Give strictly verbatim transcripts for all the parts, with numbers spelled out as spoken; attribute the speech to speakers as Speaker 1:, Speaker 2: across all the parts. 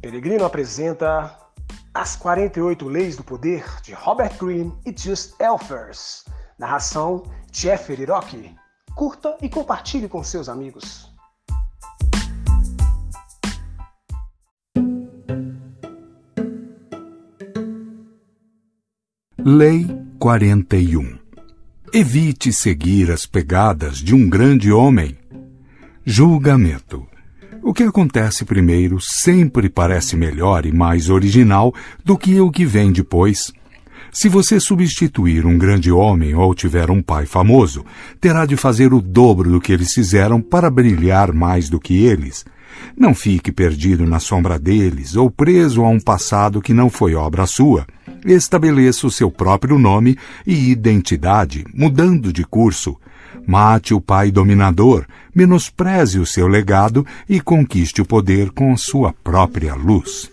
Speaker 1: Peregrino apresenta As quarenta e oito Leis do Poder, de Robert Greene e Just Elfers. Narração, Jeffrey Rock. Curta e compartilhe com seus amigos.
Speaker 2: Lei quarenta e um. Evite seguir as pegadas de um grande homem. Julgamento. O que acontece primeiro sempre parece melhor e mais original do que o que vem depois. Se você substituir um grande homem ou tiver um pai famoso, terá de fazer o dobro do que eles fizeram para brilhar mais do que eles. Não fique perdido na sombra deles ou preso a um passado que não foi obra sua. Estabeleça o seu próprio nome e identidade, mudando de curso. Mate o pai dominador, menospreze o seu legado e conquiste o poder com sua própria luz.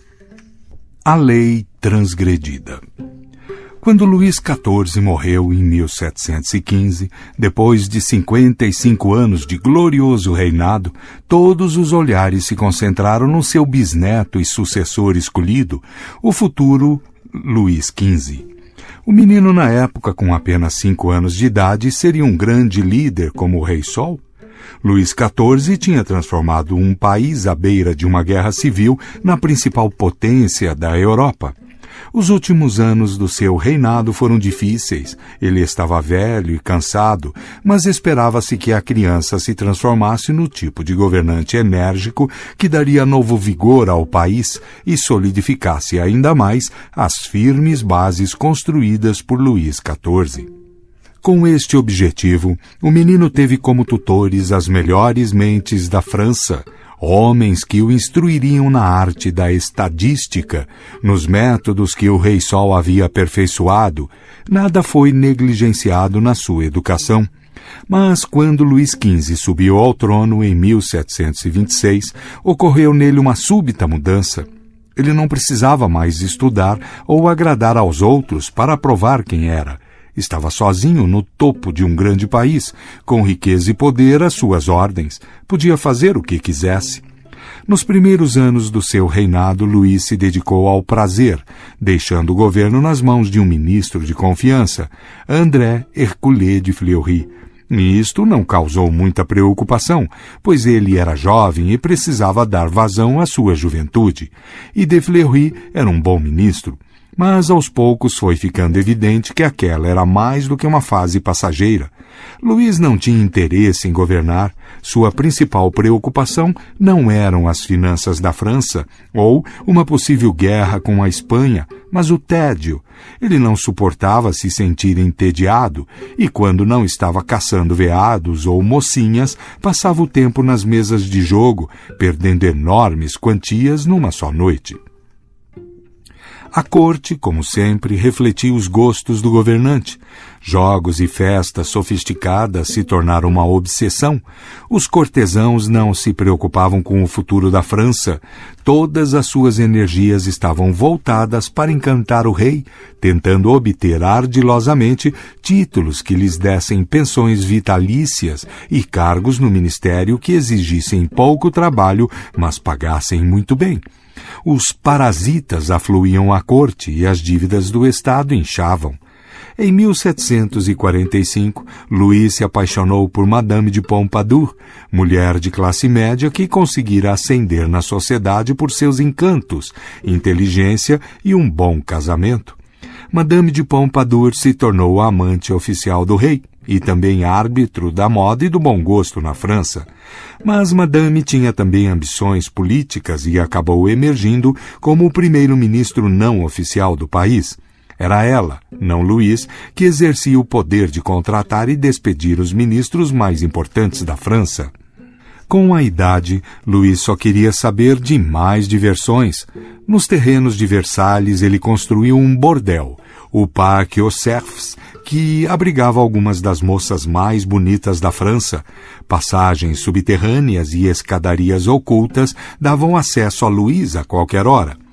Speaker 2: A lei transgredida. Quando Luís quatorze morreu em mil setecentos e quinze, depois de cinquenta e cinco anos de glorioso reinado, todos os olhares se concentraram no seu bisneto e sucessor escolhido, o futuro Luís quinze. O menino, na época, com apenas cinco anos de idade, seria um grande líder como o Rei Sol? Luís quatorze tinha transformado um país à beira de uma guerra civil na principal potência da Europa. Os últimos anos do seu reinado foram difíceis. Ele estava velho e cansado, mas esperava-se que a criança se transformasse no tipo de governante enérgico que daria novo vigor ao país e solidificasse ainda mais as firmes bases construídas por Luís quatorze. Com este objetivo, o menino teve como tutores as melhores mentes da França, homens que o instruiriam na arte da estadística, nos métodos que o Rei Sol havia aperfeiçoado. Nada foi negligenciado na sua educação. Mas quando Luís quinze subiu ao trono em mil setecentos e vinte e seis, ocorreu nele uma súbita mudança. Ele não precisava mais estudar ou agradar aos outros para provar quem era. Estava sozinho no topo de um grande país, com riqueza e poder às suas ordens. Podia fazer o que quisesse. Nos primeiros anos do seu reinado, Luís se dedicou ao prazer, deixando o governo nas mãos de um ministro de confiança, André Hercule de Fleury. E isto não causou muita preocupação, pois ele era jovem e precisava dar vazão à sua juventude. E de Fleury era um bom ministro. Mas aos poucos foi ficando evidente que aquela era mais do que uma fase passageira. Luís não tinha interesse em governar. Sua principal preocupação não eram as finanças da França ou uma possível guerra com a Espanha, mas o tédio. Ele não suportava se sentir entediado e, quando não estava caçando veados ou mocinhas, passava o tempo nas mesas de jogo, perdendo enormes quantias numa só noite. A corte, como sempre, refletia os gostos do governante. Jogos e festas sofisticadas se tornaram uma obsessão. Os cortesãos não se preocupavam com o futuro da França. Todas as suas energias estavam voltadas para encantar o rei, tentando obter ardilosamente títulos que lhes dessem pensões vitalícias e cargos no ministério que exigissem pouco trabalho, mas pagassem muito bem. Os parasitas afluíam à corte e as dívidas do Estado inchavam. Em mil setecentos e quarenta e cinco, Luís se apaixonou por Madame de Pompadour, mulher de classe média que conseguira ascender na sociedade por seus encantos, inteligência e um bom casamento. Madame de Pompadour se tornou a amante oficial do rei e também árbitro da moda e do bom gosto na França. Mas Madame tinha também ambições políticas e acabou emergindo como o primeiro-ministro não oficial do país. Era ela, não Luís, que exercia o poder de contratar e despedir os ministros mais importantes da França. Com a idade, Luís só queria saber de mais diversões. Nos terrenos de Versalhes ele construiu um bordel, o Parc aux Cerfs, que abrigava algumas das moças mais bonitas da França. Passagens subterrâneas e escadarias ocultas davam acesso a Luís a qualquer hora.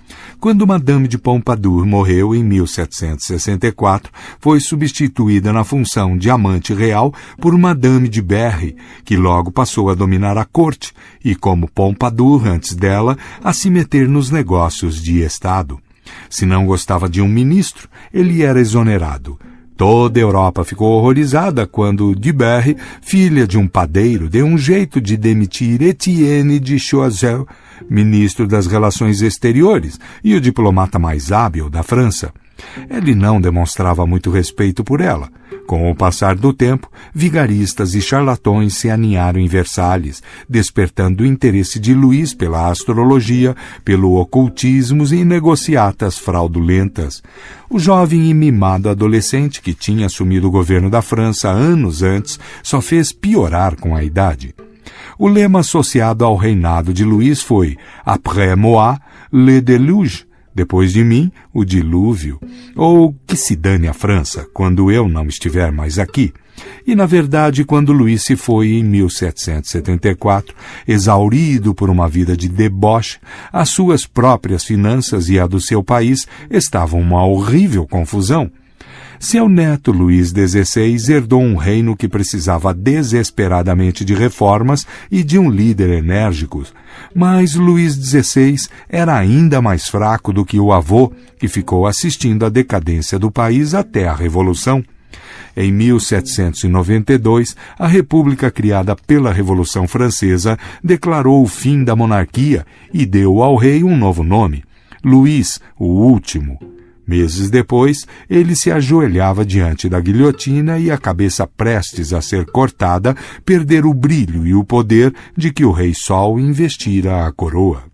Speaker 2: Quando Madame de Pompadour morreu em mil setecentos e sessenta e quatro, foi substituída na função de amante real por Madame de Berry, que logo passou a dominar a corte e, como Pompadour antes dela, a se meter nos negócios de Estado. Se não gostava de um ministro, ele era exonerado. Toda a Europa ficou horrorizada quando de Berry, filha de um padeiro, deu um jeito de demitir Etienne de Choiseul, ministro das Relações Exteriores e o diplomata mais hábil da França. Ele não demonstrava muito respeito por ela. Com o passar do tempo, vigaristas e charlatões se aninharam em Versalhes, despertando o interesse de Luís pela astrologia, pelo ocultismo e negociatas fraudulentas. O jovem e mimado adolescente que tinha assumido o governo da França anos antes só fez piorar com a idade. O lema associado ao reinado de Luís foi «Après moi, le déluge», depois de mim, o dilúvio, ou que se dane a França, quando eu não estiver mais aqui. E, na verdade, quando Luís se foi em mil setecentos e setenta e quatro, exaurido por uma vida de deboche, as suas próprias finanças e a do seu país estavam uma horrível confusão. Seu neto, Luís dezesseis, herdou um reino que precisava desesperadamente de reformas e de um líder enérgico. Mas Luís dezesseis era ainda mais fraco do que o avô, que ficou assistindo à decadência do país até a Revolução. Em mil setecentos e noventa e dois, a República criada pela Revolução Francesa declarou o fim da monarquia e deu ao rei um novo nome, Luís, o Último. Meses depois, ele se ajoelhava diante da guilhotina e a cabeça prestes a ser cortada, perder o brilho e o poder de que o Rei Sol investira a coroa.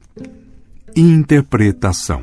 Speaker 2: Interpretação.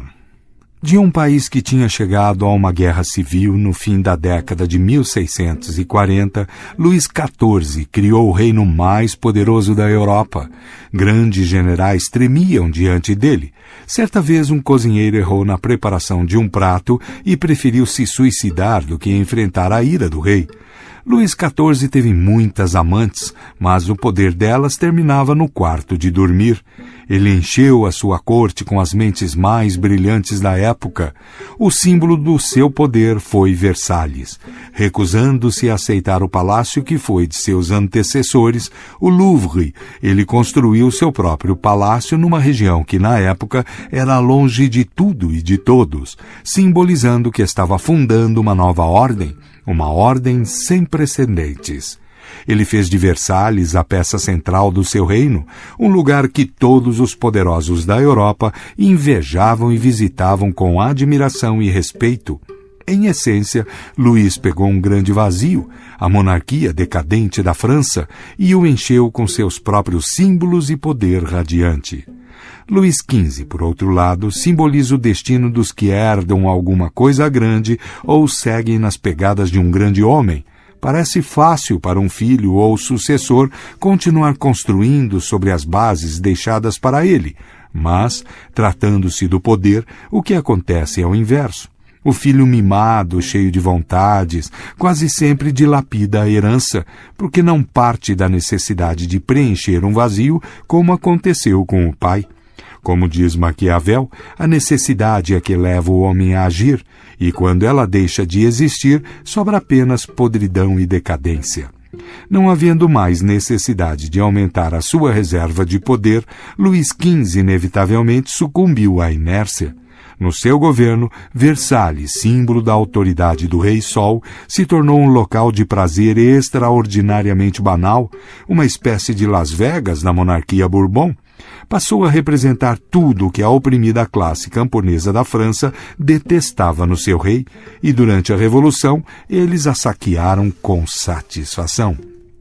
Speaker 2: De um país que tinha chegado a uma guerra civil no fim da década de mil seiscentos e quarenta, Luís quatorze criou o reino mais poderoso da Europa. Grandes generais tremiam diante dele. Certa vez um cozinheiro errou na preparação de um prato e preferiu se suicidar do que enfrentar a ira do rei. Luís quatorze teve muitas amantes, mas o poder delas terminava no quarto de dormir. Ele encheu a sua corte com as mentes mais brilhantes da época. O símbolo do seu poder foi Versalhes. Recusando-se a aceitar o palácio que foi de seus antecessores, o Louvre, ele construiu seu próprio palácio numa região que, na época, era longe de tudo e de todos, simbolizando que estava fundando uma nova ordem, uma ordem sem precedentes. Ele fez de Versalhes a peça central do seu reino, um lugar que todos os poderosos da Europa invejavam e visitavam com admiração e respeito. Em essência, Luís pegou um grande vazio, a monarquia decadente da França, e o encheu com seus próprios símbolos e poder radiante. Luís quinze, por outro lado, simboliza o destino dos que herdam alguma coisa grande ou seguem nas pegadas de um grande homem. Parece fácil para um filho ou sucessor continuar construindo sobre as bases deixadas para ele, mas, tratando-se do poder, o que acontece é o inverso. O filho mimado, cheio de vontades, quase sempre dilapida a herança, porque não parte da necessidade de preencher um vazio, como aconteceu com o pai. Como diz Maquiavel, a necessidade é que leva o homem a agir, e quando ela deixa de existir, sobra apenas podridão e decadência. Não havendo mais necessidade de aumentar a sua reserva de poder, Luís quinze inevitavelmente sucumbiu à inércia. No seu governo, Versalhes, símbolo da autoridade do Rei Sol, se tornou um local de prazer extraordinariamente banal, uma espécie de Las Vegas da monarquia Bourbon. Passou a representar tudo o que a oprimida classe camponesa da França detestava no seu rei, e durante a Revolução eles a saquearam com satisfação.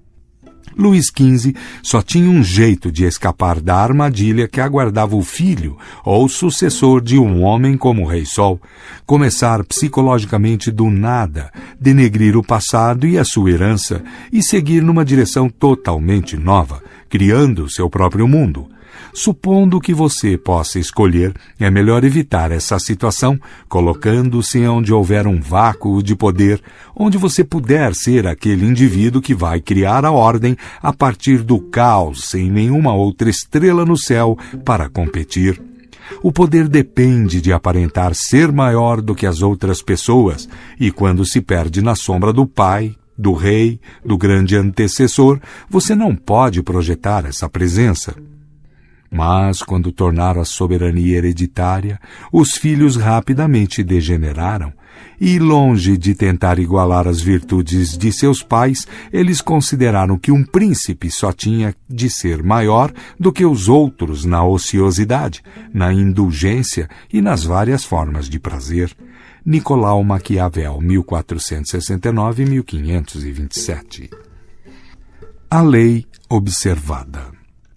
Speaker 2: Luís quinze só tinha um jeito de escapar da armadilha que aguardava o filho ou sucessor de um homem como o Rei Sol: começar psicologicamente do nada, denegrir o passado e a sua herança e seguir numa direção totalmente nova, criando seu próprio mundo. Supondo que você possa escolher, é melhor evitar essa situação, colocando-se onde houver um vácuo de poder, onde você puder ser aquele indivíduo que vai criar a ordem a partir do caos, sem nenhuma outra estrela no céu para competir. O poder depende de aparentar ser maior do que as outras pessoas, e quando se perde na sombra do pai, do rei, do grande antecessor, você não pode projetar essa presença. Mas, quando tornaram a soberania hereditária, os filhos rapidamente degeneraram, e, longe de tentar igualar as virtudes de seus pais, eles consideraram que um príncipe só tinha de ser maior do que os outros na ociosidade, na indulgência e nas várias formas de prazer. Nicolau Maquiavel, mil quatrocentos e sessenta e nove a mil quinhentos e vinte e sete. A lei observada.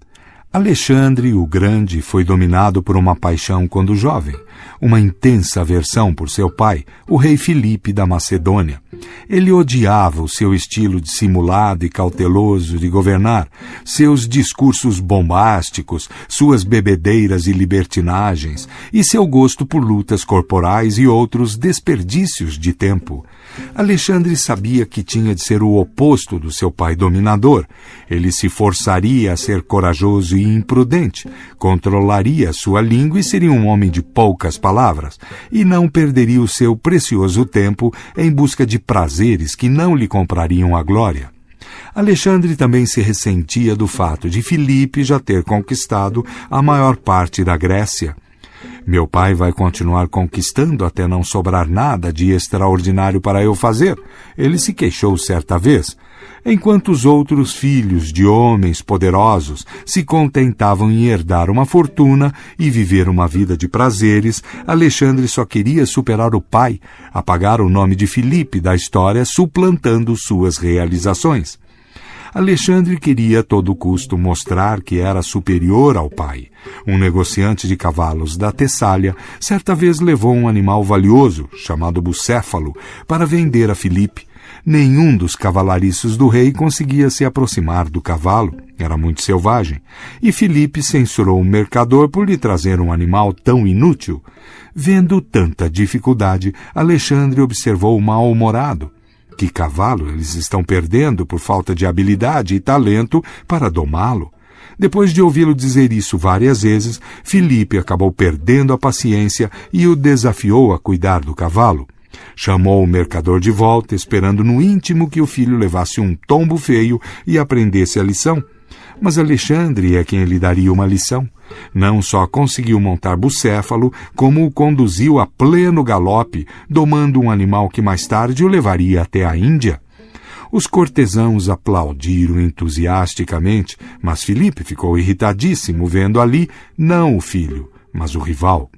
Speaker 2: Alexandre o Grande foi dominado por uma paixão quando jovem, uma intensa aversão por seu pai, o rei Filipe da Macedônia. Ele odiava o seu estilo dissimulado e cauteloso de governar, seus discursos bombásticos, suas bebedeiras e libertinagens, e seu gosto por lutas corporais e outros desperdícios de tempo. Alexandre sabia que tinha de ser o oposto do seu pai dominador. Ele se forçaria a ser corajoso e imprudente, controlaria sua língua e seria um homem de poucas palavras, e não perderia o seu precioso tempo em busca de prazeres que não lhe comprariam a glória. Alexandre também se ressentia do fato de Filipe já ter conquistado a maior parte da Grécia. Meu pai vai continuar conquistando até não sobrar nada de extraordinário para eu fazer, ele se queixou certa vez. Enquanto os outros filhos de homens poderosos se contentavam em herdar uma fortuna e viver uma vida de prazeres, Alexandre só queria superar o pai, apagar o nome de Filipe da história, suplantando suas realizações. Alexandre queria a todo custo mostrar que era superior ao pai. Um negociante de cavalos da Tessália certa vez levou um animal valioso, chamado bucéfalo, para vender a Filipe. Nenhum dos cavalariços do rei conseguia se aproximar do cavalo, era muito selvagem, e Filipe censurou o mercador por lhe trazer um animal tão inútil. Vendo tanta dificuldade, Alexandre observou mal-humorado. Que cavalo eles estão perdendo por falta de habilidade e talento para domá-lo? Depois de ouvi-lo dizer isso várias vezes, Filipe acabou perdendo a paciência e o desafiou a cuidar do cavalo. Chamou o mercador de volta, esperando no íntimo que o filho levasse um tombo feio e aprendesse a lição. Mas Alexandre é quem lhe daria uma lição. Não só conseguiu montar Bucéfalo, como o conduziu a pleno galope, domando um animal que mais tarde o levaria até a Índia. Os cortesãos aplaudiram entusiasticamente, mas Filipe ficou irritadíssimo vendo ali não o filho, mas o rival.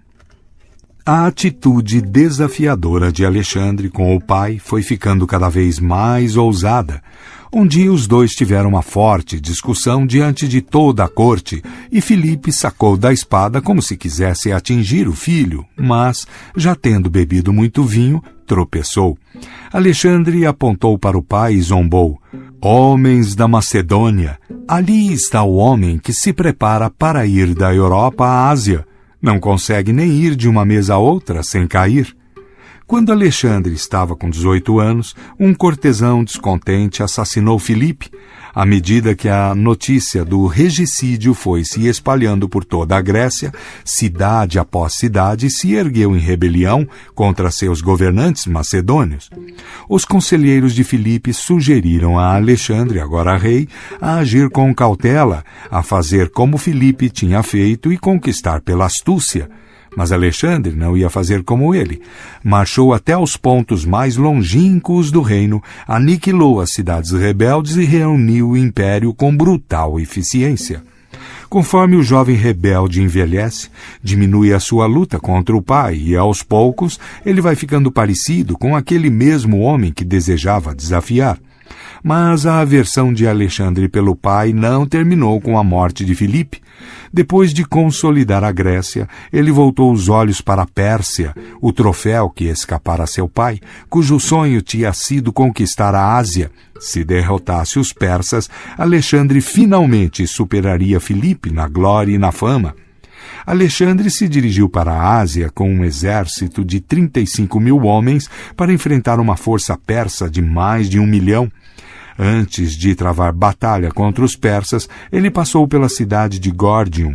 Speaker 2: A atitude desafiadora de Alexandre com o pai foi ficando cada vez mais ousada. Um dia os dois tiveram uma forte discussão diante de toda a corte e Filipe sacou da espada como se quisesse atingir o filho, mas, já tendo bebido muito vinho, tropeçou. Alexandre apontou para o pai e zombou. Homens da Macedônia, ali está o homem que se prepara para ir da Europa à Ásia. Não consegue nem ir de uma mesa a outra sem cair. Quando Alexandre estava com dezoito anos, um cortesão descontente assassinou Filipe. À medida que a notícia do regicídio foi se espalhando por toda a Grécia, cidade após cidade se ergueu em rebelião contra seus governantes macedônios. Os conselheiros de Filipe sugeriram a Alexandre, agora rei, a agir com cautela, a fazer como Filipe tinha feito e conquistar pela astúcia. Mas Alexandre não ia fazer como ele. Marchou até os pontos mais longínquos do reino, aniquilou as cidades rebeldes e reuniu o império com brutal eficiência. Conforme o jovem rebelde envelhece, diminui a sua luta contra o pai e, aos poucos, ele vai ficando parecido com aquele mesmo homem que desejava desafiar. Mas a aversão de Alexandre pelo pai não terminou com a morte de Filipe. Depois de consolidar a Grécia, ele voltou os olhos para a Pérsia, o troféu que escapara a seu pai, cujo sonho tinha sido conquistar a Ásia. Se derrotasse os persas, Alexandre finalmente superaria Filipe na glória e na fama. Alexandre se dirigiu para a Ásia com um exército de trinta e cinco mil homens para enfrentar uma força persa de mais de um milhão. Antes de travar batalha contra os persas, ele passou pela cidade de Gordium.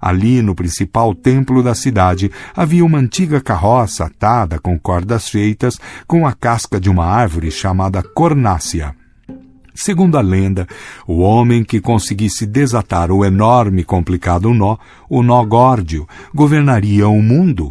Speaker 2: Ali, no principal templo da cidade, havia uma antiga carroça atada com cordas feitas com a casca de uma árvore chamada cornácea. Segundo a lenda, o homem que conseguisse desatar o enorme e complicado nó, o nó górdio, governaria o mundo.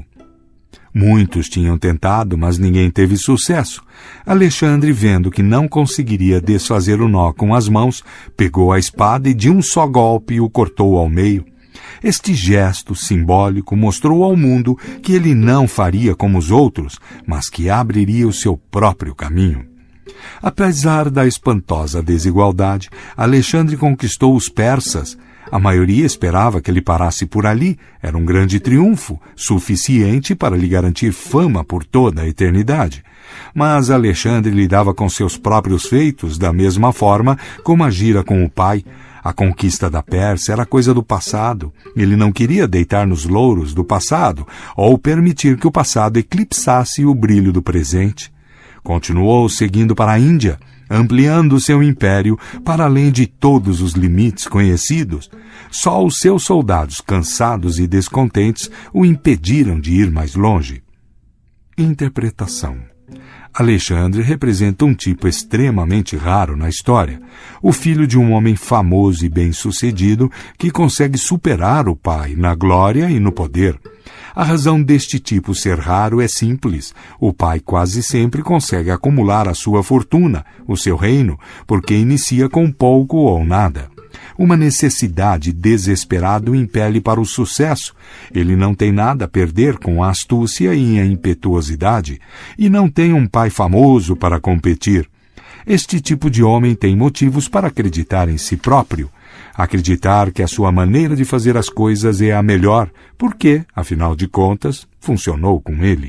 Speaker 2: Muitos tinham tentado, mas ninguém teve sucesso. Alexandre, vendo que não conseguiria desfazer o nó com as mãos, pegou a espada e de um só golpe o cortou ao meio. Este gesto simbólico mostrou ao mundo que ele não faria como os outros, mas que abriria o seu próprio caminho. Apesar da espantosa desigualdade, Alexandre conquistou os persas. A maioria esperava que ele parasse por ali. Era um grande triunfo, suficiente para lhe garantir fama por toda a eternidade. Mas Alexandre lidava com seus próprios feitos da mesma forma como agira com o pai. A conquista da Pérsia era coisa do passado. Ele não queria deitar nos louros do passado ou permitir que o passado eclipsasse o brilho do presente. Continuou seguindo para a Índia, ampliando seu império para além de todos os limites conhecidos. Só os seus soldados, cansados e descontentes, o impediram de ir mais longe. Interpretação. Alexandre representa um tipo extremamente raro na história, o filho de um homem famoso e bem-sucedido que consegue superar o pai na glória e no poder. A razão deste tipo ser raro é simples. O pai quase sempre consegue acumular a sua fortuna, o seu reino, porque inicia com pouco ou nada. Uma necessidade desesperada o impele para o sucesso. Ele não tem nada a perder com a astúcia e a impetuosidade, e não tem um pai famoso para competir. Este tipo de homem tem motivos para acreditar em si próprio. Acreditar que a sua maneira de fazer as coisas é a melhor, porque, afinal de contas, funcionou com ele.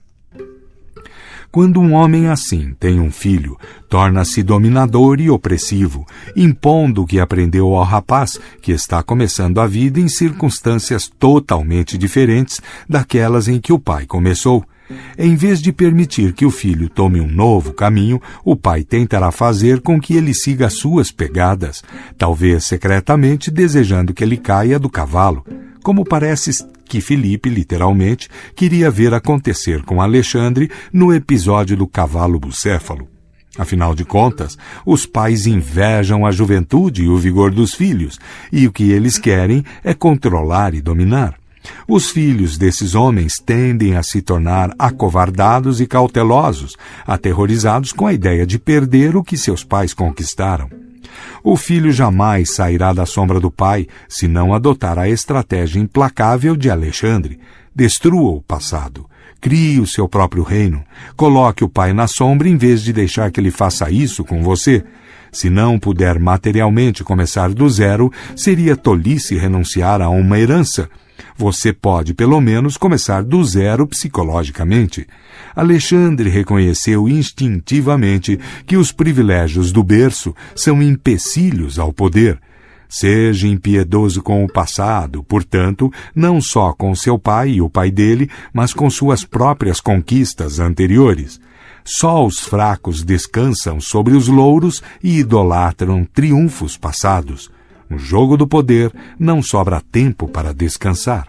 Speaker 2: Quando um homem assim tem um filho, torna-se dominador e opressivo, impondo o que aprendeu ao rapaz, que está começando a vida em circunstâncias totalmente diferentes daquelas em que o pai começou. Em vez de permitir que o filho tome um novo caminho, o pai tentará fazer com que ele siga as suas pegadas, talvez secretamente desejando que ele caia do cavalo, como parece que Filipe, literalmente, queria ver acontecer com Alexandre no episódio do cavalo bucéfalo. Afinal de contas, os pais invejam a juventude e o vigor dos filhos, e o que eles querem é controlar e dominar. Os filhos desses homens tendem a se tornar acovardados e cautelosos, aterrorizados com a ideia de perder o que seus pais conquistaram. O filho jamais sairá da sombra do pai se não adotar a estratégia implacável de Alexandre. Destrua o passado. Crie o seu próprio reino. Coloque o pai na sombra em vez de deixar que ele faça isso com você. Se não puder materialmente começar do zero, seria tolice renunciar a uma herança. Você pode, pelo menos, começar do zero psicologicamente. Alexandre reconheceu instintivamente que os privilégios do berço são empecilhos ao poder. Seja impiedoso com o passado, portanto, não só com seu pai e o pai dele, mas com suas próprias conquistas anteriores. Só os fracos descansam sobre os louros e idolatram triunfos passados. No jogo do poder, não sobra tempo para descansar.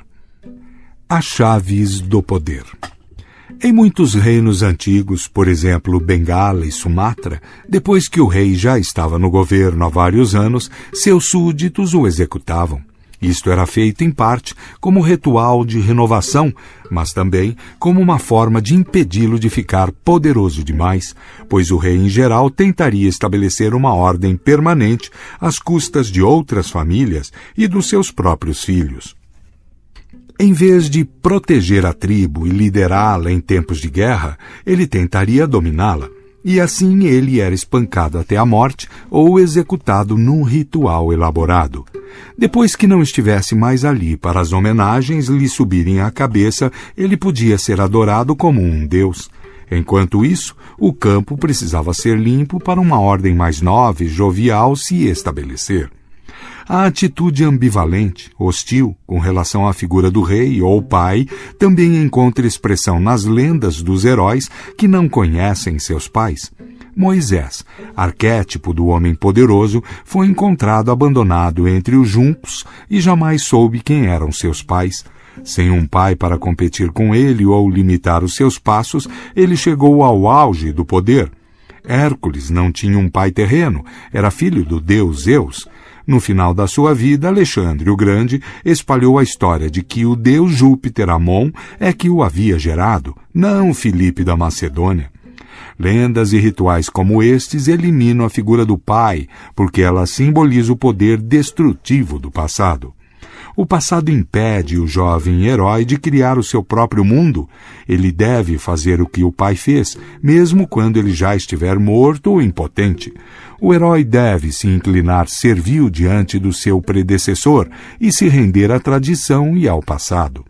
Speaker 2: As chaves do poder. Em muitos reinos antigos, por exemplo, Bengala e Sumatra, depois que o rei já estava no governo há vários anos, seus súditos o executavam. Isto era feito, em parte, como ritual de renovação, mas também como uma forma de impedi-lo de ficar poderoso demais, pois o rei, em geral, tentaria estabelecer uma ordem permanente às custas de outras famílias e dos seus próprios filhos. Em vez de proteger a tribo e liderá-la em tempos de guerra, ele tentaria dominá-la. E assim ele era espancado até a morte ou executado num ritual elaborado. Depois que não estivesse mais ali para as homenagens lhe subirem à cabeça, ele podia ser adorado como um deus. Enquanto isso, o campo precisava ser limpo para uma ordem mais nova e jovial se estabelecer. A atitude ambivalente, hostil, com relação à figura do rei ou pai, também encontra expressão nas lendas dos heróis que não conhecem seus pais. Moisés, arquétipo do homem poderoso, foi encontrado abandonado entre os juncos e jamais soube quem eram seus pais. Sem um pai para competir com ele ou limitar os seus passos, ele chegou ao auge do poder. Hércules não tinha um pai terreno, era filho do deus Zeus. No final da sua vida, Alexandre o Grande espalhou a história de que o deus Júpiter Amon é que o havia gerado, não Filipe da Macedônia. Lendas e rituais como estes eliminam a figura do pai, porque ela simboliza o poder destrutivo do passado. O passado impede o jovem herói de criar o seu próprio mundo. Ele deve fazer o que o pai fez, mesmo quando ele já estiver morto ou impotente. O herói deve se inclinar servil diante do seu predecessor e se render à tradição e ao passado.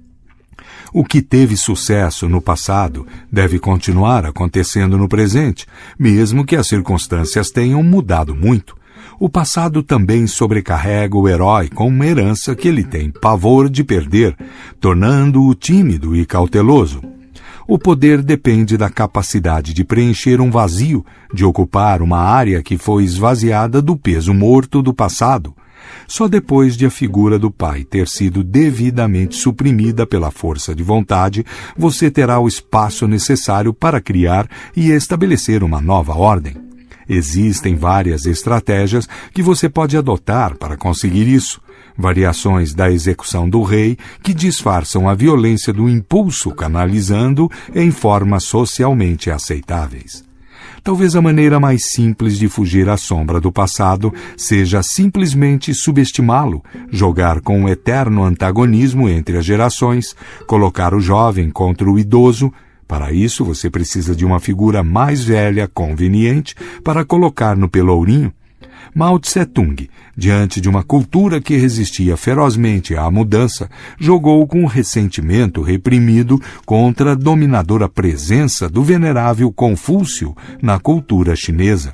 Speaker 2: O que teve sucesso no passado deve continuar acontecendo no presente, mesmo que as circunstâncias tenham mudado muito. O passado também sobrecarrega o herói com uma herança que ele tem pavor de perder, tornando-o tímido e cauteloso. O poder depende da capacidade de preencher um vazio, de ocupar uma área que foi esvaziada do peso morto do passado. Só depois de a figura do pai ter sido devidamente suprimida pela força de vontade, você terá o espaço necessário para criar e estabelecer uma nova ordem. Existem várias estratégias que você pode adotar para conseguir isso. Variações da execução do rei que disfarçam a violência do impulso, canalizando em formas socialmente aceitáveis. Talvez a maneira mais simples de fugir à sombra do passado seja simplesmente subestimá-lo, jogar com um eterno antagonismo entre as gerações, colocar o jovem contra o idoso. Para isso, você precisa de uma figura mais velha, conveniente, para colocar no pelourinho. Mao Tse-tung, diante de uma cultura que resistia ferozmente à mudança, jogou com ressentimento reprimido contra a dominadora presença do venerável Confúcio na cultura chinesa.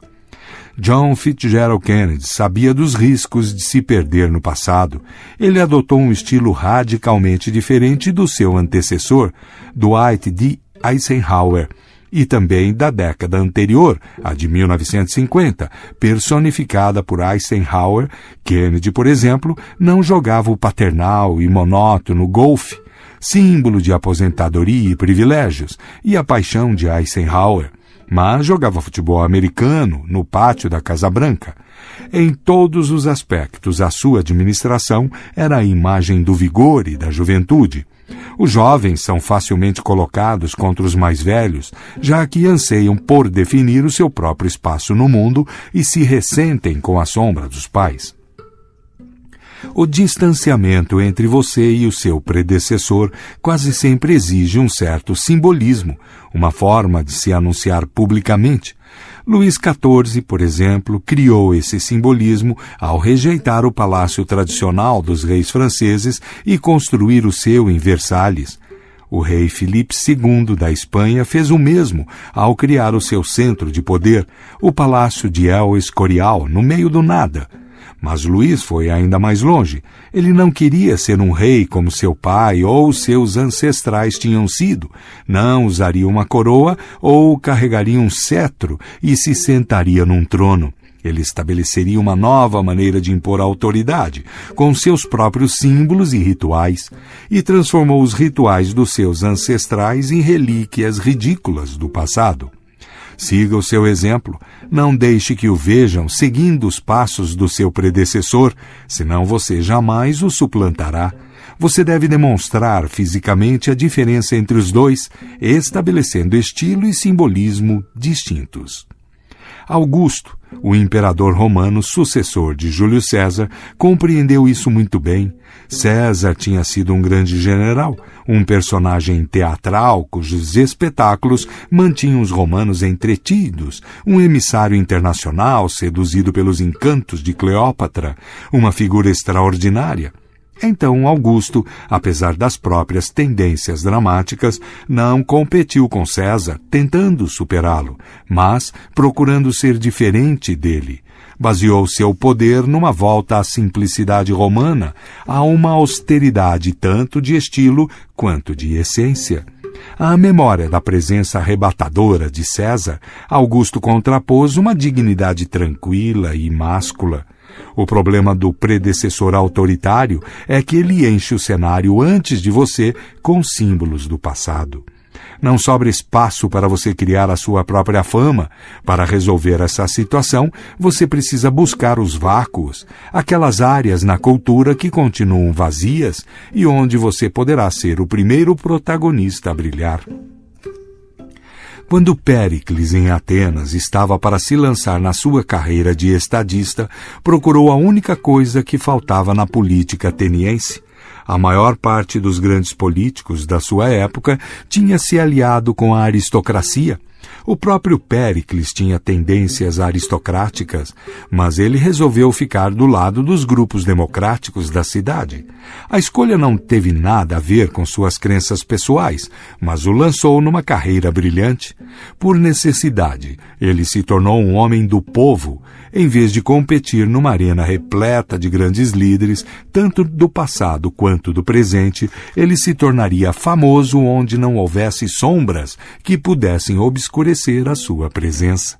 Speaker 2: John Fitzgerald Kennedy sabia dos riscos de se perder no passado. Ele adotou um estilo radicalmente diferente do seu antecessor, Dwight D. Eisenhower, e também da década anterior, a de mil novecentos e cinquenta, personificada por Eisenhower. Kennedy, por exemplo, não jogava o paternal e monótono golfe, símbolo de aposentadoria e privilégios, e a paixão de Eisenhower, mas jogava futebol americano no pátio da Casa Branca. Em todos os aspectos, a sua administração era a imagem do vigor e da juventude. Os jovens são facilmente colocados contra os mais velhos, já que anseiam por definir o seu próprio espaço no mundo e se ressentem com a sombra dos pais. O distanciamento entre você e o seu predecessor quase sempre exige um certo simbolismo, uma forma de se anunciar publicamente. Luís quatorze, por exemplo, criou esse simbolismo ao rejeitar o palácio tradicional dos reis franceses e construir o seu em Versalhes. O rei Filipe segundo da Espanha fez o mesmo ao criar o seu centro de poder, o palácio de El Escorial, no meio do nada. Mas Luís foi ainda mais longe. Ele não queria ser um rei como seu pai ou seus ancestrais tinham sido. Não usaria uma coroa ou carregaria um cetro e se sentaria num trono. Ele estabeleceria uma nova maneira de impor autoridade, com seus próprios símbolos e rituais, e transformou os rituais dos seus ancestrais em relíquias ridículas do passado. Siga o seu exemplo. Não deixe que o vejam seguindo os passos do seu predecessor, senão você jamais o suplantará. Você deve demonstrar fisicamente a diferença entre os dois, estabelecendo estilo e simbolismo distintos. Augusto, o imperador romano sucessor de Júlio César, compreendeu isso muito bem. César tinha sido um grande general, um personagem teatral cujos espetáculos mantinham os romanos entretidos, um emissário internacional seduzido pelos encantos de Cleópatra, uma figura extraordinária. Então Augusto, apesar das próprias tendências dramáticas, não competiu com César, tentando superá-lo, mas procurando ser diferente dele. Baseou seu poder numa volta à simplicidade romana, a uma austeridade tanto de estilo quanto de essência. À memória da presença arrebatadora de César, Augusto contrapôs uma dignidade tranquila e máscula. O problema do predecessor autoritário é que ele enche o cenário antes de você com símbolos do passado. Não sobra espaço para você criar a sua própria fama. Para resolver essa situação, você precisa buscar os vácuos, aquelas áreas na cultura que continuam vazias e onde você poderá ser o primeiro protagonista a brilhar. Quando Péricles, em Atenas, estava para se lançar na sua carreira de estadista, procurou a única coisa que faltava na política ateniense. A maior parte dos grandes políticos da sua época tinha se aliado com a aristocracia. O próprio Péricles tinha tendências aristocráticas, mas ele resolveu ficar do lado dos grupos democráticos da cidade. A escolha não teve nada a ver com suas crenças pessoais, mas o lançou numa carreira brilhante. Por necessidade, ele se tornou um homem do povo, em vez de competir numa arena repleta de grandes líderes, tanto do passado quanto do presente. Ele se tornaria famoso onde não houvesse sombras que pudessem obscurecer a sua presença.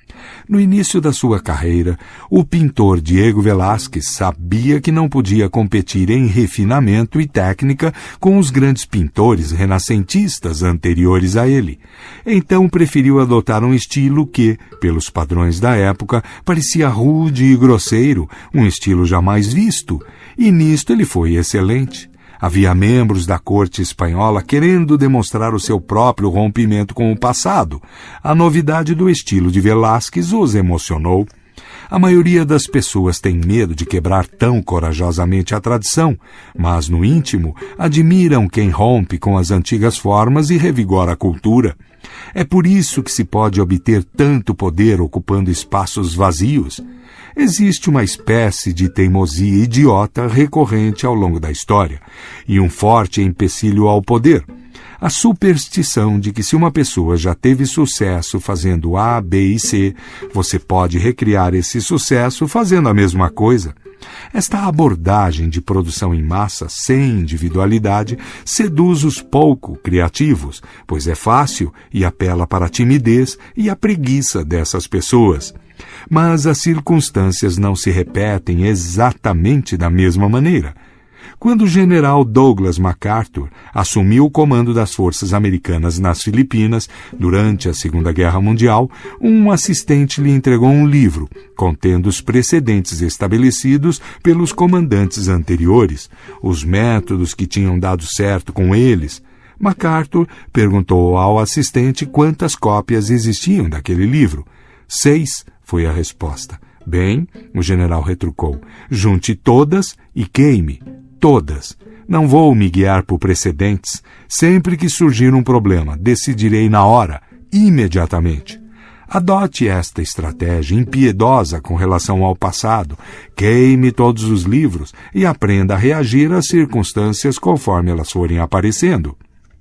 Speaker 2: No início da sua carreira, o pintor Diego Velázquez sabia que não podia competir em refinamento e técnica com os grandes pintores renascentistas anteriores a ele. Então preferiu adotar um estilo que, pelos padrões da época, parecia rude e grosseiro, um estilo jamais visto, e nisto ele foi excelente. Havia membros da corte espanhola querendo demonstrar o seu próprio rompimento com o passado. A novidade do estilo de Velázquez os emocionou. A maioria das pessoas tem medo de quebrar tão corajosamente a tradição, mas no íntimo admiram quem rompe com as antigas formas e revigora a cultura. É por isso que se pode obter tanto poder ocupando espaços vazios. Existe uma espécie de teimosia idiota recorrente ao longo da história, e um forte empecilho ao poder. A superstição de que se uma pessoa já teve sucesso fazendo A, B e C, você pode recriar esse sucesso fazendo a mesma coisa. Esta abordagem de produção em massa, sem individualidade, seduz os pouco criativos, pois é fácil e apela para a timidez e a preguiça dessas pessoas. Mas as circunstâncias não se repetem exatamente da mesma maneira. Quando o general Douglas MacArthur assumiu o comando das forças americanas nas Filipinas durante a Segunda Guerra Mundial, um assistente lhe entregou um livro contendo os precedentes estabelecidos pelos comandantes anteriores, os métodos que tinham dado certo com eles. MacArthur perguntou ao assistente quantas cópias existiam daquele livro. Seis, foi a resposta. Bem, o general retrucou, junte todas e queime. Todas. Não vou me guiar por precedentes. Sempre que surgir um problema, decidirei na hora, imediatamente. Adote esta estratégia impiedosa com relação ao passado. Queime todos os livros e aprenda a reagir às circunstâncias conforme elas forem aparecendo.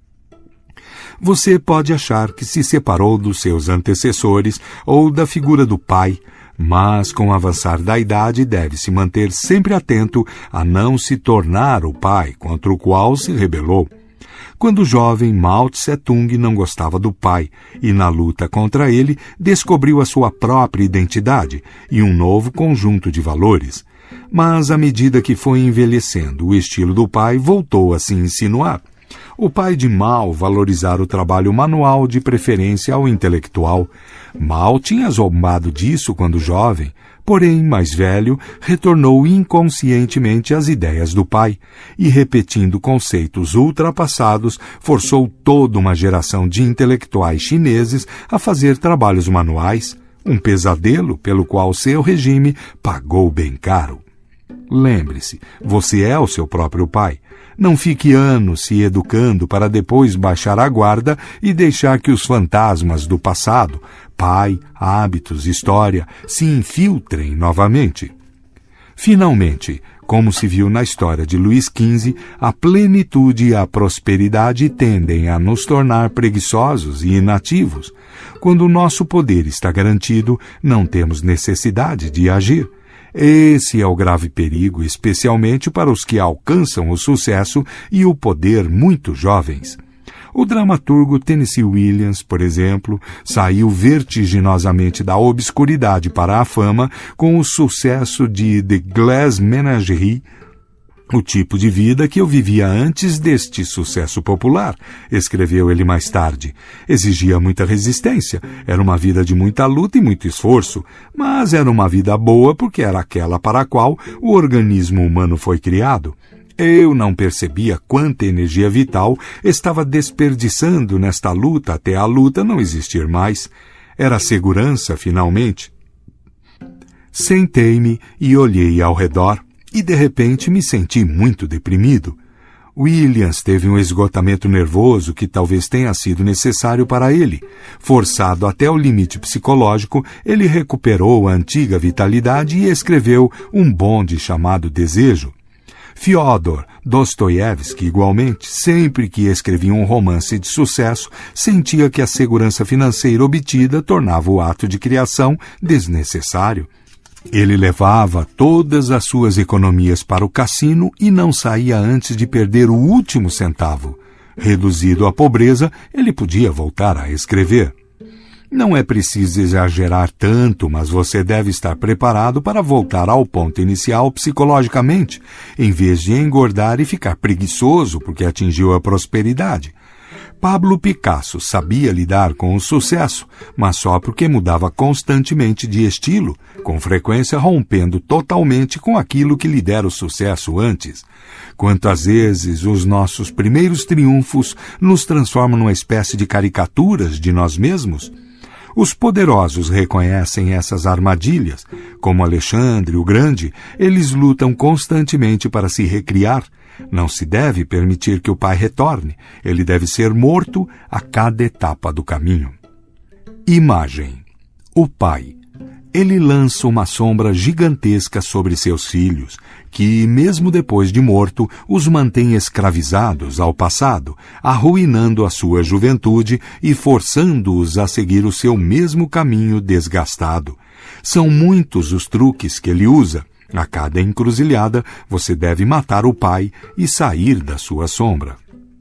Speaker 2: Você pode achar que se separou dos seus antecessores ou da figura do pai, mas com o avançar da idade deve se manter sempre atento a não se tornar o pai contra o qual se rebelou. Quando jovem, Mao Tse-tung não gostava do pai e, na luta contra ele, descobriu a sua própria identidade e um novo conjunto de valores. Mas, à medida que foi envelhecendo, o estilo do pai voltou a se insinuar. O pai de Mao valorizara o trabalho manual de preferência ao intelectual. Mao tinha zombado disso quando jovem, porém, mais velho, retornou inconscientemente às ideias do pai e, repetindo conceitos ultrapassados, forçou toda uma geração de intelectuais chineses a fazer trabalhos manuais, um pesadelo pelo qual seu regime pagou bem caro. Lembre-se, você é o seu próprio pai. Não fique anos se educando para depois baixar a guarda e deixar que os fantasmas do passado, pai, hábitos, história, se infiltrem novamente. Finalmente, como se viu na história de Luís quinze, a plenitude e a prosperidade tendem a nos tornar preguiçosos e inativos. Quando o nosso poder está garantido, não temos necessidade de agir. Esse é o grave perigo, especialmente para os que alcançam o sucesso e o poder muito jovens. O dramaturgo Tennessee Williams, por exemplo, saiu vertiginosamente da obscuridade para a fama com o sucesso de The Glass Menagerie, o tipo de vida que eu vivia antes deste sucesso popular, escreveu ele mais tarde. Exigia muita resistência, era uma vida de muita luta e muito esforço, mas era uma vida boa porque era aquela para a qual o organismo humano foi criado. Eu não percebia quanta energia vital estava desperdiçando nesta luta até a luta não existir mais. Era a segurança, finalmente. Sentei-me e olhei ao redor. E, de repente, me senti muito deprimido. Williams teve um esgotamento nervoso que talvez tenha sido necessário para ele. Forçado até o limite psicológico, ele recuperou a antiga vitalidade e escreveu um bonde chamado Desejo. Fyodor Dostoiévski, igualmente, sempre que escrevia um romance de sucesso, sentia que a segurança financeira obtida tornava o ato de criação desnecessário. Ele levava todas as suas economias para o cassino e não saía antes de perder o último centavo. Reduzido à pobreza, ele podia voltar a escrever. Não é preciso exagerar tanto, mas você deve estar preparado para voltar ao ponto inicial psicologicamente, em vez de engordar e ficar preguiçoso porque atingiu a prosperidade. Pablo Picasso sabia lidar com o sucesso, mas só porque mudava constantemente de estilo, com frequência rompendo totalmente com aquilo que lhe dera o sucesso antes. Quantas vezes os nossos primeiros triunfos nos transformam numa espécie de caricaturas de nós mesmos? Os poderosos reconhecem essas armadilhas. Como Alexandre o Grande, eles lutam constantemente para se recriar. Não se deve permitir que o pai retorne. Ele deve ser morto a cada etapa do caminho. Imagem. O pai. Ele lança uma sombra gigantesca sobre seus filhos, que, mesmo depois de morto, os mantém escravizados ao passado, arruinando a sua juventude e forçando-os a seguir o seu mesmo caminho desgastado. São muitos os truques que ele usa. A cada encruzilhada, você deve matar o pai e sair da sua sombra.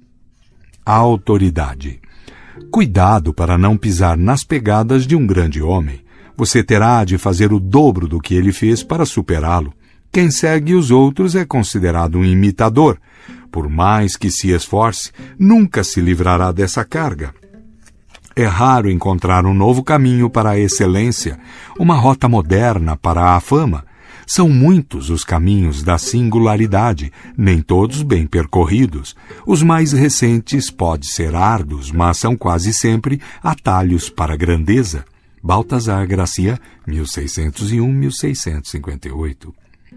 Speaker 2: A autoridade. Cuidado para não pisar nas pegadas de um grande homem. Você terá de fazer o dobro do que ele fez para superá-lo. Quem segue os outros é considerado um imitador. Por mais que se esforce, nunca se livrará dessa carga. É raro encontrar um novo caminho para a excelência, uma rota moderna para a fama. São muitos os caminhos da singularidade, nem todos bem percorridos. Os mais recentes podem ser árduos, mas são quase sempre atalhos para a grandeza. Baltasar Gracia, mil seiscentos e um a mil seiscentos e cinquenta e oito.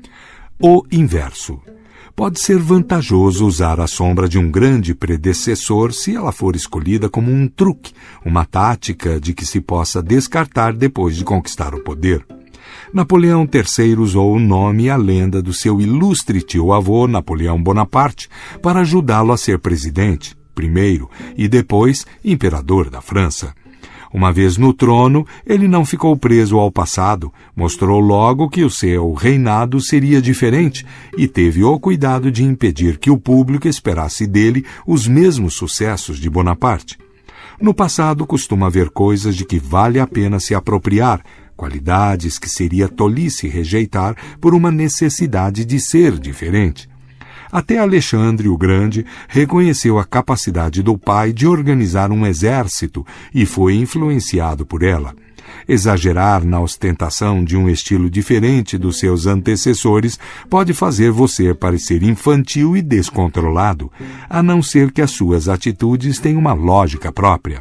Speaker 2: O inverso. Pode ser vantajoso usar a sombra de um grande predecessor se ela for escolhida como um truque, uma tática de que se possa descartar depois de conquistar o poder. Napoleão terceiro usou o nome e a lenda do seu ilustre tio-avô, Napoleão Bonaparte, para ajudá-lo a ser presidente, primeiro, e depois imperador da França. Uma vez no trono, ele não ficou preso ao passado, mostrou logo que o seu reinado seria diferente e teve o cuidado de impedir que o público esperasse dele os mesmos sucessos de Bonaparte. No passado costuma haver coisas de que vale a pena se apropriar, qualidades que seria tolice rejeitar por uma necessidade de ser diferente. Até Alexandre o Grande reconheceu a capacidade do pai de organizar um exército e foi influenciado por ela. Exagerar na ostentação de um estilo diferente dos seus antecessores pode fazer você parecer infantil e descontrolado, a não ser que as suas atitudes tenham uma lógica própria.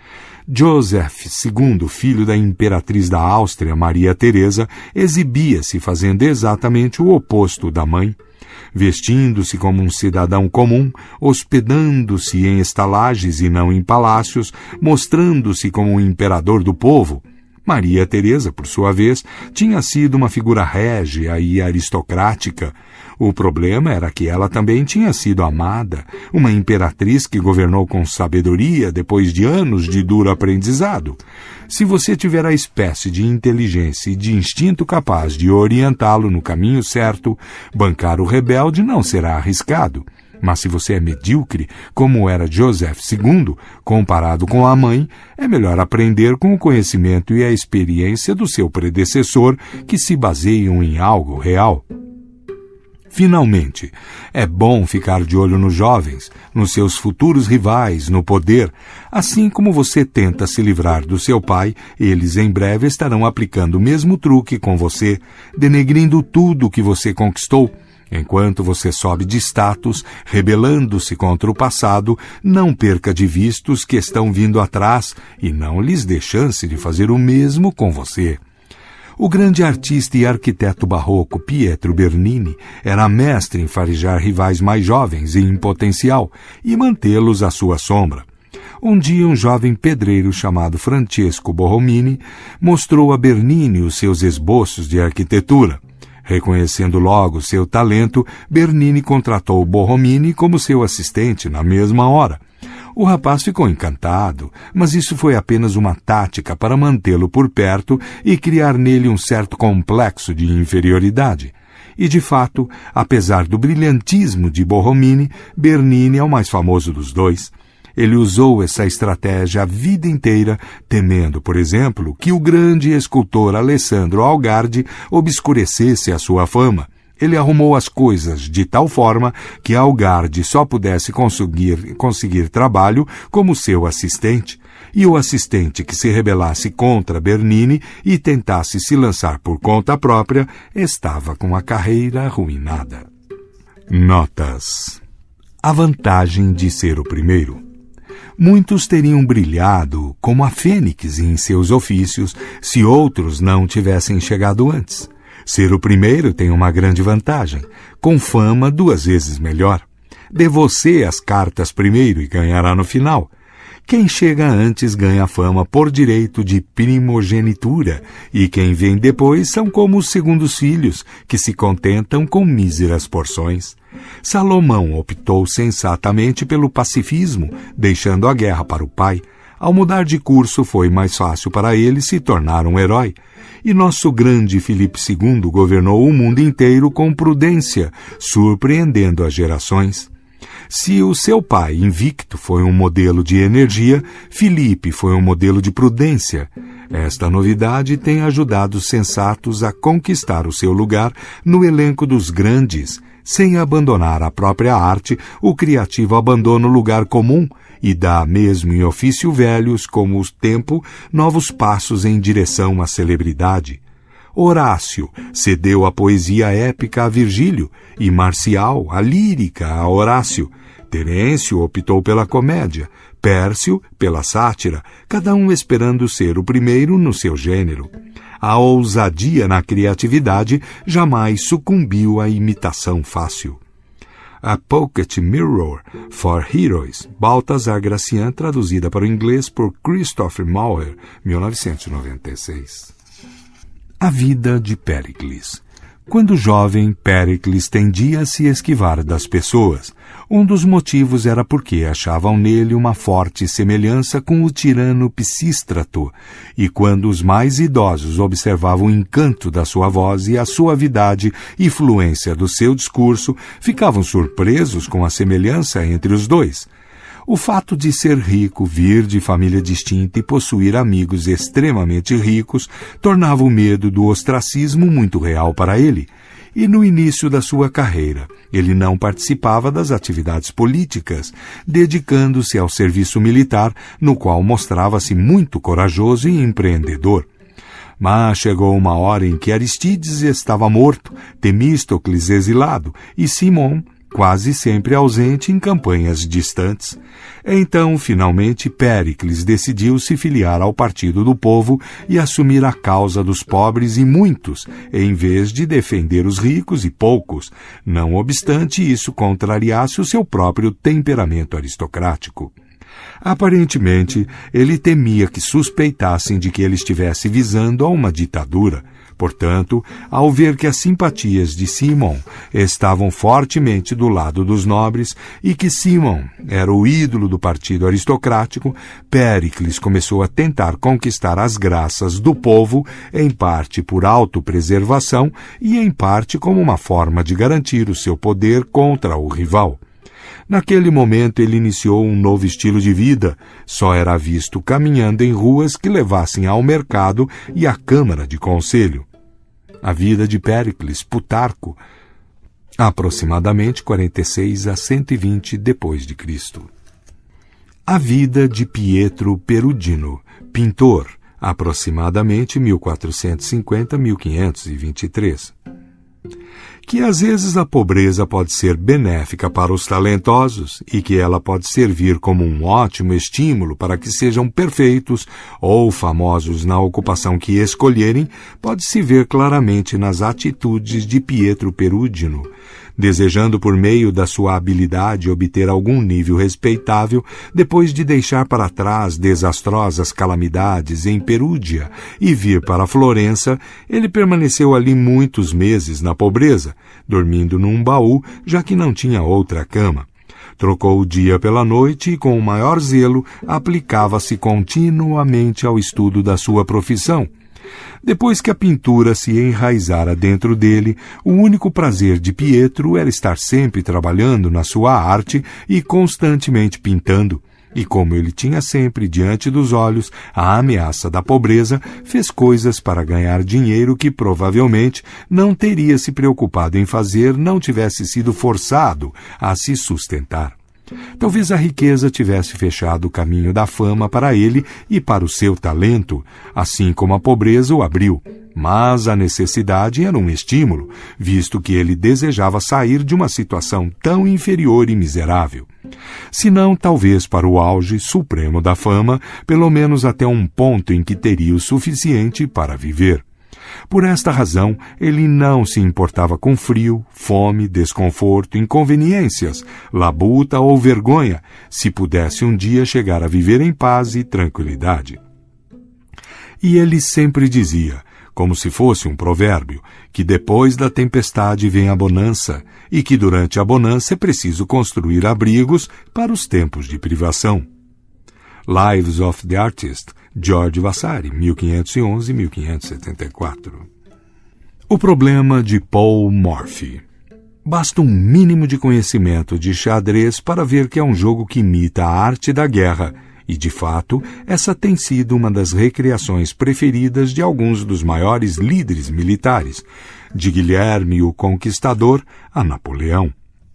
Speaker 2: Joseph segundo, filho da imperatriz da Áustria, Maria Teresa, exibia-se fazendo exatamente o oposto da mãe. Vestindo-se como um cidadão comum, hospedando-se em estalagens e não em palácios, mostrando-se como um imperador do povo. Maria Teresa, por sua vez, tinha sido uma figura régia e aristocrática. O problema era que ela também tinha sido amada, uma imperatriz que governou com sabedoria depois de anos de duro aprendizado. Se você tiver a espécie de inteligência e de instinto capaz de orientá-lo no caminho certo, bancar o rebelde não será arriscado. Mas se você é medíocre, como era Joseph segundo, comparado com a mãe, é melhor aprender com o conhecimento e a experiência do seu predecessor, que se baseiam em algo real. Finalmente, é bom ficar de olho nos jovens, nos seus futuros rivais, no poder. Assim como você tenta se livrar do seu pai, eles em breve estarão aplicando o mesmo truque com você, denegrindo tudo o que você conquistou. Enquanto você sobe de status, rebelando-se contra o passado, não perca de vista os que estão vindo atrás e não lhes dê chance de fazer o mesmo com você. O grande artista e arquiteto barroco Pietro Bernini era mestre em farejar rivais mais jovens e em potencial e mantê-los à sua sombra. Um dia um jovem pedreiro chamado Francesco Borromini mostrou a Bernini os seus esboços de arquitetura. Reconhecendo logo seu talento, Bernini contratou Borromini como seu assistente na mesma hora. O rapaz ficou encantado, mas isso foi apenas uma tática para mantê-lo por perto e criar nele um certo complexo de inferioridade. E, de fato, apesar do brilhantismo de Borromini, Bernini é o mais famoso dos dois. Ele usou essa estratégia a vida inteira, temendo, por exemplo, que o grande escultor Alessandro Algardi obscurecesse a sua fama. Ele arrumou as coisas de tal forma que Algardi só pudesse conseguir, conseguir trabalho como seu assistente, e o assistente que se rebelasse contra Bernini e tentasse se lançar por conta própria estava com a carreira arruinada. Notas. A vantagem de ser o primeiro. Muitos teriam brilhado como a fênix em seus ofícios se outros não tivessem chegado antes. Ser o primeiro tem uma grande vantagem, com fama duas vezes melhor. Dê você as cartas primeiro e ganhará no final. Quem chega antes ganha fama por direito de primogenitura, e quem vem depois são como os segundos filhos, que se contentam com míseras porções. Salomão optou sensatamente pelo pacifismo, deixando a guerra para o pai. Ao mudar de curso, foi mais fácil para ele se tornar um herói. E nosso grande Filipe segundo governou o mundo inteiro com prudência, surpreendendo as gerações. Se o seu pai, invicto, foi um modelo de energia, Filipe foi um modelo de prudência. Esta novidade tem ajudado os sensatos a conquistar o seu lugar no elenco dos grandes. Sem abandonar a própria arte, o criativo abandona o lugar comum e dá, mesmo em ofício velhos como o tempo, novos passos em direção à celebridade. Horácio cedeu a poesia épica a Virgílio e Marcial a lírica a Horácio. Terêncio optou pela comédia, Pércio pela sátira, cada um esperando ser o primeiro no seu gênero. A ousadia na criatividade jamais sucumbiu à imitação fácil. A Pocket Mirror for Heroes, Baltasar Gracian, traduzida para o inglês por Christopher Mauer, mil novecentos e noventa e seis. A vida de Péricles. Quando jovem, Péricles tendia a se esquivar das pessoas. Um dos motivos era porque achavam nele uma forte semelhança com o tirano Pisístrato, e quando os mais idosos observavam o encanto da sua voz e a suavidade e fluência do seu discurso, ficavam surpresos com a semelhança entre os dois. O fato de ser rico, vir de família distinta e possuir amigos extremamente ricos tornava o medo do ostracismo muito real para ele. E no início da sua carreira, ele não participava das atividades políticas, dedicando-se ao serviço militar, no qual mostrava-se muito corajoso e empreendedor. Mas chegou uma hora em que Aristides estava morto, Temístocles exilado e Simão quase sempre ausente em campanhas distantes. Então, finalmente, Péricles decidiu se filiar ao Partido do Povo e assumir a causa dos pobres e muitos, em vez de defender os ricos e poucos, não obstante isso contrariasse o seu próprio temperamento aristocrático. Aparentemente, ele temia que suspeitassem de que ele estivesse visando a uma ditadura. Portanto, ao ver que as simpatias de Simão estavam fortemente do lado dos nobres e que Simão era o ídolo do partido aristocrático, Péricles começou a tentar conquistar as graças do povo, em parte por autopreservação e em parte como uma forma de garantir o seu poder contra o rival. Naquele momento ele iniciou um novo estilo de vida, só era visto caminhando em ruas que levassem ao mercado e à Câmara de Conselho. A vida de Péricles, Plutarco, aproximadamente quarenta e seis a cento e vinte depois de Cristo. A vida de Pietro Perugino, pintor, aproximadamente mil quatrocentos e cinquenta a mil quinhentos e vinte e três. Que às vezes a pobreza pode ser benéfica para os talentosos e que ela pode servir como um ótimo estímulo para que sejam perfeitos ou famosos na ocupação que escolherem, pode-se ver claramente nas atitudes de Pietro Perugino, desejando por meio da sua habilidade obter algum nível respeitável, depois de deixar para trás desastrosas calamidades em Perúdia e vir para Florença, ele permaneceu ali muitos meses na pobreza, dormindo num baú, já que não tinha outra cama. Trocou o dia pela noite e, com o maior zelo, aplicava-se continuamente ao estudo da sua profissão. Depois que a pintura se enraizara dentro dele, o único prazer de Pietro era estar sempre trabalhando na sua arte e constantemente pintando. E como ele tinha sempre diante dos olhos a ameaça da pobreza, fez coisas para ganhar dinheiro que provavelmente não teria se preocupado em fazer não tivesse sido forçado a se sustentar. Talvez a riqueza tivesse fechado o caminho da fama para ele e para o seu talento, assim como a pobreza o abriu. Mas a necessidade era um estímulo, visto que ele desejava sair de uma situação tão inferior e miserável. Se não, talvez para o auge supremo da fama, pelo menos até um ponto em que teria o suficiente para viver. Por esta razão, ele não se importava com frio, fome, desconforto, inconveniências, labuta ou vergonha, se pudesse um dia chegar a viver em paz e tranquilidade. E ele sempre dizia, como se fosse um provérbio, que depois da tempestade vem a bonança e que durante a bonança é preciso construir abrigos para os tempos de privação. Lives of the Artist, George Vasari, mil quinhentos e onze a mil quinhentos e setenta e quatro. O problema de Paul Morphy. Basta um mínimo de conhecimento de xadrez para ver que é um jogo que imita a arte da guerra, e, de fato, essa tem sido uma das recreações preferidas de alguns dos maiores líderes militares, de Guilherme o Conquistador a Napoleão.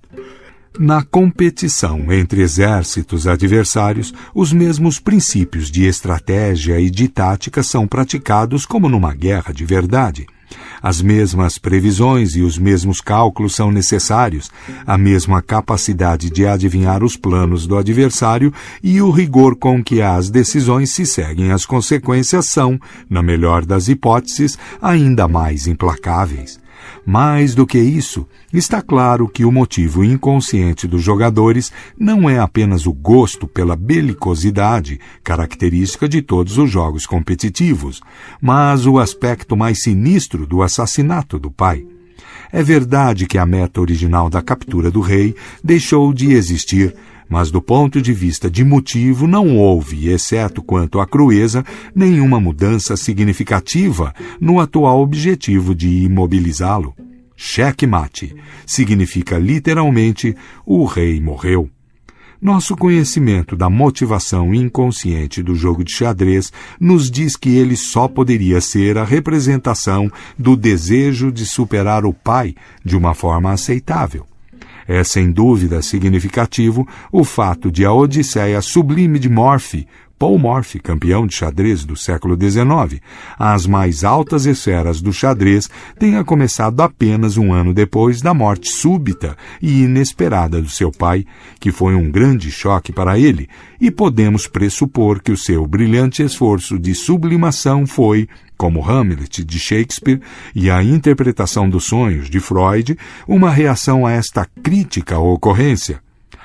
Speaker 2: Na competição entre exércitos adversários, os mesmos princípios de estratégia e de tática são praticados como numa guerra de verdade. As mesmas previsões e os mesmos cálculos são necessários, a mesma capacidade de adivinhar os planos do adversário e o rigor com que as decisões se seguem às consequências são, na melhor das hipóteses, ainda mais implacáveis. Mais do que isso, está claro que o motivo inconsciente dos jogadores não é apenas o gosto pela belicosidade, característica de todos os jogos competitivos, mas o aspecto mais sinistro do assassinato do pai. É verdade que a meta original da captura do rei deixou de existir, mas do ponto de vista de motivo não houve, exceto quanto à crueza, nenhuma mudança significativa no atual objetivo de imobilizá-lo. Checkmate significa literalmente o rei morreu. Nosso conhecimento da motivação inconsciente do jogo de xadrez nos diz que ele só poderia ser a representação do desejo de superar o pai de uma forma aceitável. É sem dúvida significativo o fato de a Odisseia sublime de Morphy, Paul Morphy, campeão de xadrez do século dezenove, as mais altas esferas do xadrez, tenha começado apenas um ano depois da morte súbita e inesperada do seu pai, que foi um grande choque para ele, e podemos pressupor que o seu brilhante esforço de sublimação foi, como Hamlet de Shakespeare e a interpretação dos sonhos de Freud, uma reação a esta crítica ocorrência.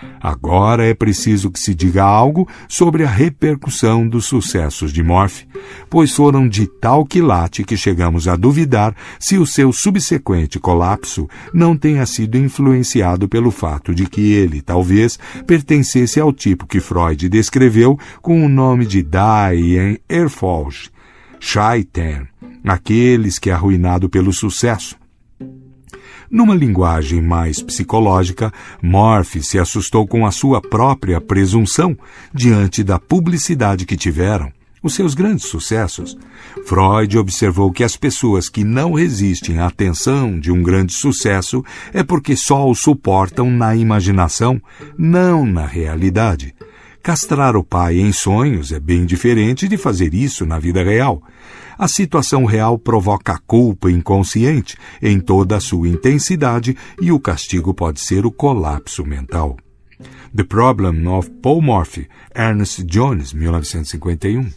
Speaker 2: Agora é preciso que se diga algo sobre a repercussão dos sucessos de Morphy, pois foram de tal quilate que chegamos a duvidar se o seu subsequente colapso não tenha sido influenciado pelo fato de que ele, talvez, pertencesse ao tipo que Freud descreveu com o nome de Die en Erfolg, Scheitern, aqueles que é arruinado pelo sucesso. Numa linguagem mais psicológica, Morphy se assustou com a sua própria presunção diante da publicidade que tiveram, os seus grandes sucessos. Freud observou que as pessoas que não resistem à tensão de um grande sucesso é porque só o suportam na imaginação, não na realidade. Castrar o pai em sonhos é bem diferente de fazer isso na vida real. A situação real provoca a culpa inconsciente em toda a sua intensidade e o castigo pode ser o colapso mental. The Problem of Paul Morphy, Ernest Jones, mil novecentos e cinquenta e um.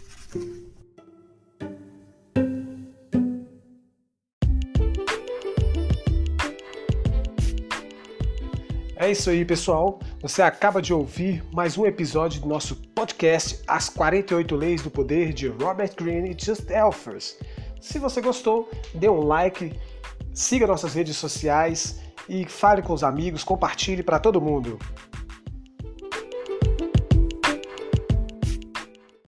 Speaker 1: É isso aí, pessoal. Você acaba de ouvir mais um episódio do nosso podcast As quarenta e oito Leis do Poder, de Robert Greene e Just Elfers. Se você gostou, dê um like, siga nossas redes sociais e fale com os amigos, compartilhe para todo mundo.